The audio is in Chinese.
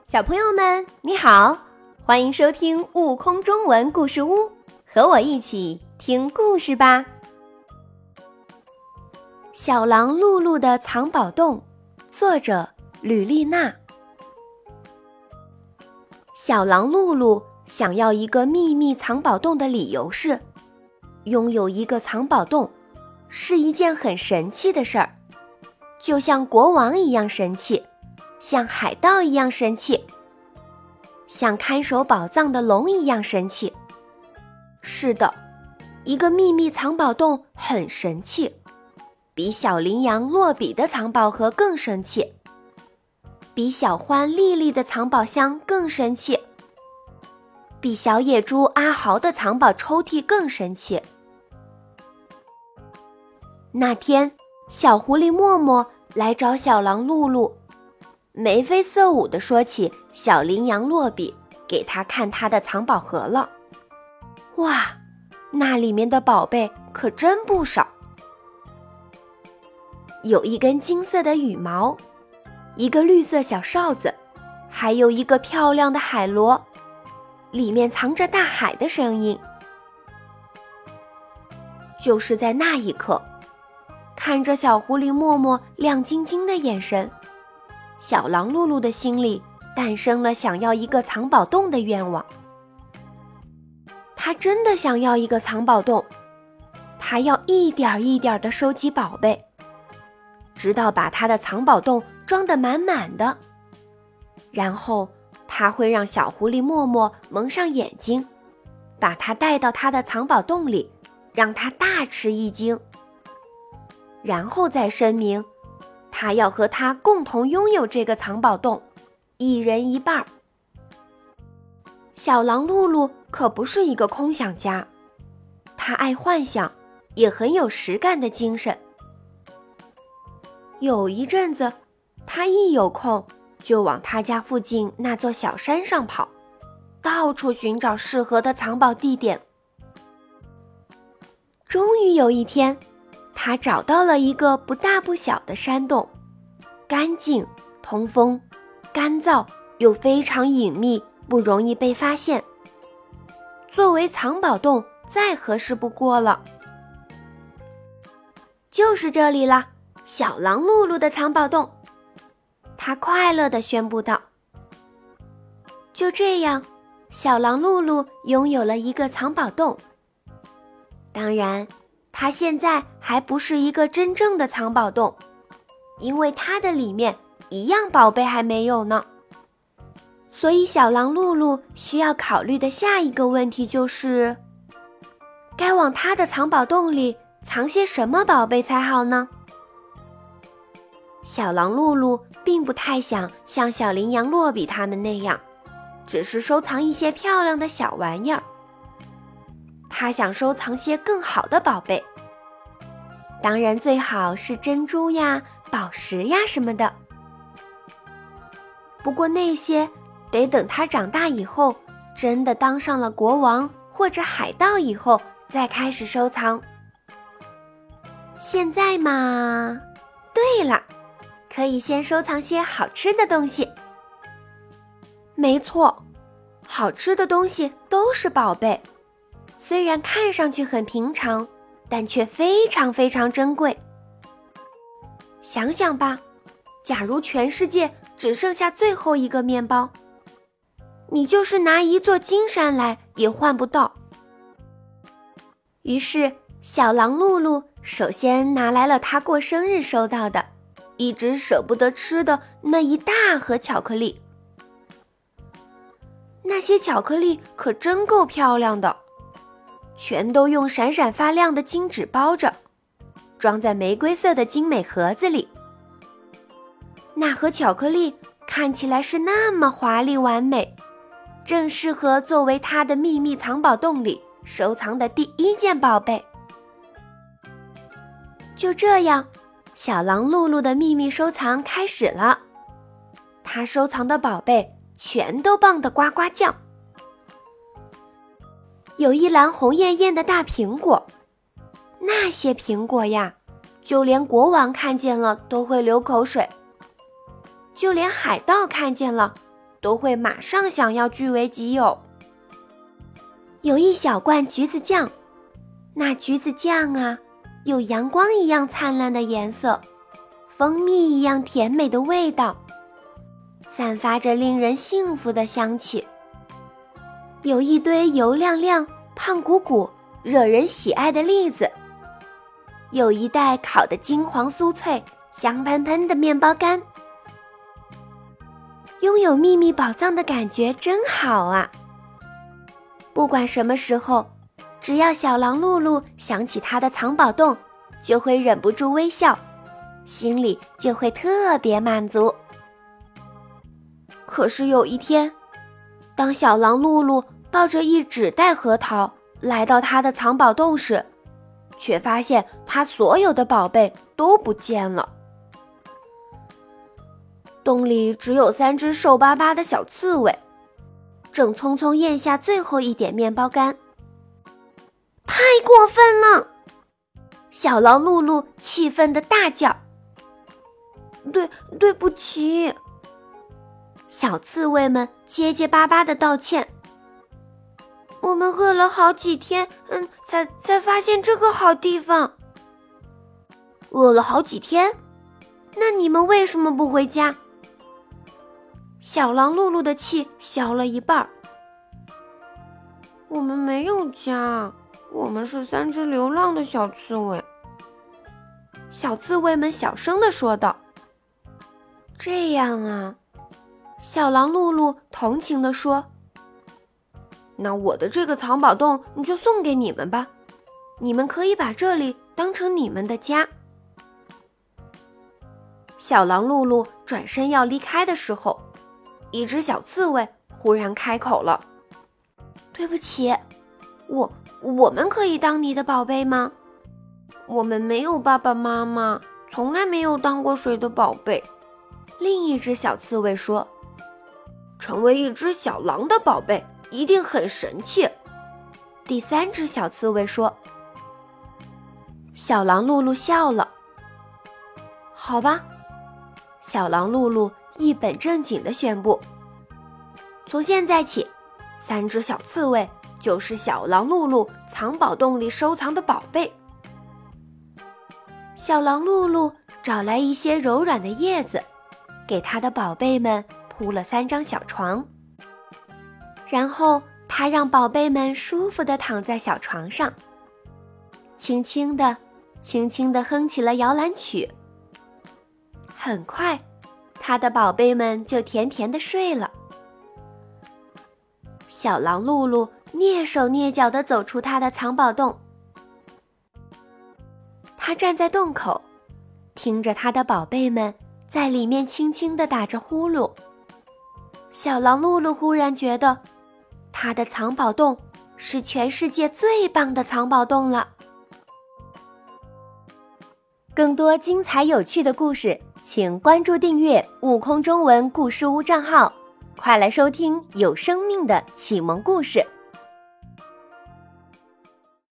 小朋友们，你好，欢迎收听悟空中文故事屋，和我一起听故事吧。小狼露露的藏宝洞，作者吕丽娜。小狼露露想要一个秘密藏宝洞的理由是，拥有一个藏宝洞是一件很神奇的事儿，就像国王一样神奇，像海盗一样神奇，像看守宝藏的龙一样神奇。是的，一个秘密藏宝洞很神奇，比小羚羊洛比的藏宝盒更神奇，比小獾丽丽的藏宝箱更神奇，比小野猪阿豪的藏宝抽屉更神奇。那天，小狐狸默默来找小狼露露，眉飞色舞地说起小羚羊洛比给他看他的藏宝盒了。哇，那里面的宝贝可真不少，有一根金色的羽毛，一个绿色小哨子，还有一个漂亮的海螺，里面藏着大海的声音。就是在那一刻，看着小狐狸默默亮晶晶的眼神，小狼露露的心里诞生了想要一个藏宝洞的愿望。他真的想要一个藏宝洞，他要一点一点地收集宝贝，直到把他的藏宝洞装得满满的。然后他会让小狐狸默默蒙上眼睛，把他带到他的藏宝洞里，让他大吃一惊。然后再声明，他要和他共同拥有这个藏宝洞，一人一半。小狼露露可不是一个空想家，他爱幻想，也很有实干的精神。有一阵子，他一有空就往他家附近那座小山上跑，到处寻找适合的藏宝地点。终于有一天，他找到了一个不大不小的山洞，干净、通风、干燥又非常隐秘，不容易被发现。作为藏宝洞，再合适不过了。就是这里了，小狼露露的藏宝洞，他快乐地宣布道。就这样，小狼露露拥有了一个藏宝洞。当然，它现在还不是一个真正的藏宝洞，因为它的里面一样宝贝还没有呢。所以小狼露露需要考虑的下一个问题就是，该往它的藏宝洞里藏些什么宝贝才好呢？小狼露露并不太想像小羚羊洛比他们那样，只是收藏一些漂亮的小玩意儿。他想收藏些更好的宝贝，当然最好是珍珠呀、宝石呀什么的。不过那些得等他长大以后，真的当上了国王或者海盗以后再开始收藏。现在嘛，对了，可以先收藏些好吃的东西。没错，好吃的东西都是宝贝，虽然看上去很平常，但却非常非常珍贵。想想吧，假如全世界只剩下最后一个面包，你就是拿一座金山来也换不到。于是小狼露露首先拿来了她过生日收到的一直舍不得吃的那一大盒巧克力。那些巧克力可真够漂亮的，全都用闪闪发亮的金纸包着，装在玫瑰色的精美盒子里。那盒巧克力看起来是那么华丽完美，正适合作为他的秘密藏宝洞里收藏的第一件宝贝。就这样，小狼露露的秘密收藏开始了。他收藏的宝贝全都棒得呱呱叫。有一篮红艳艳的大苹果，那些苹果呀，就连国王看见了都会流口水，就连海盗看见了都会马上想要据为己有。有一小罐橘子酱，那橘子酱啊，有阳光一样灿烂的颜色，蜂蜜一样甜美的味道，散发着令人幸福的香气。有一堆油亮亮、胖鼓鼓、惹人喜爱的栗子，有一袋烤得金黄酥脆、香喷喷的面包干。拥有秘密宝藏的感觉真好啊！不管什么时候，只要小狼露露想起她的藏宝洞，就会忍不住微笑，心里就会特别满足。可是有一天，当小狼露露抱着一纸袋核桃来到她的藏宝洞时，却发现她所有的宝贝都不见了。洞里只有3只瘦巴巴的小刺猬，正匆匆咽下最后一点面包干。太过分了！小狼露露气愤地大叫：“对不起！”小刺猬们结结巴巴地道歉：“我们饿了好几天，才发现这个好地方。”饿了好几天？那你们为什么不回家？小狼露露的气消了一半。我们没有家，我们是3只流浪的小刺猬。小刺猬们小声地说道。这样啊，小狼露露同情地说，那我的这个藏宝洞你就送给你们吧，你们可以把这里当成你们的家。小狼露露转身要离开的时候，一只小刺猬忽然开口了：“对不起，我们可以当你的宝贝吗？我们没有爸爸妈妈，从来没有当过谁的宝贝。”另一只小刺猬说：“成为一只小狼的宝贝一定很神气。”第3只小刺猬说。小狼露露笑了。好吧，小狼露露一本正经地宣布，从现在起，3只小刺猬就是小狼露露藏宝洞里收藏的宝贝。小狼露露找来一些柔软的叶子，给她的宝贝们铺了3张小床，然后她让宝贝们舒服地躺在小床上，轻轻地哼起了摇篮曲。很快，她的宝贝们就甜甜地睡了。小狼露露蹑手蹑脚地走出她的藏宝洞，她站在洞口，听着她的宝贝们在里面轻轻地打着呼噜。小狼露露忽然觉得，她的藏宝洞是全世界最棒的藏宝洞了。更多精彩有趣的故事，请关注订阅悟空中文故事屋账号，快来收听有生命的启蒙故事。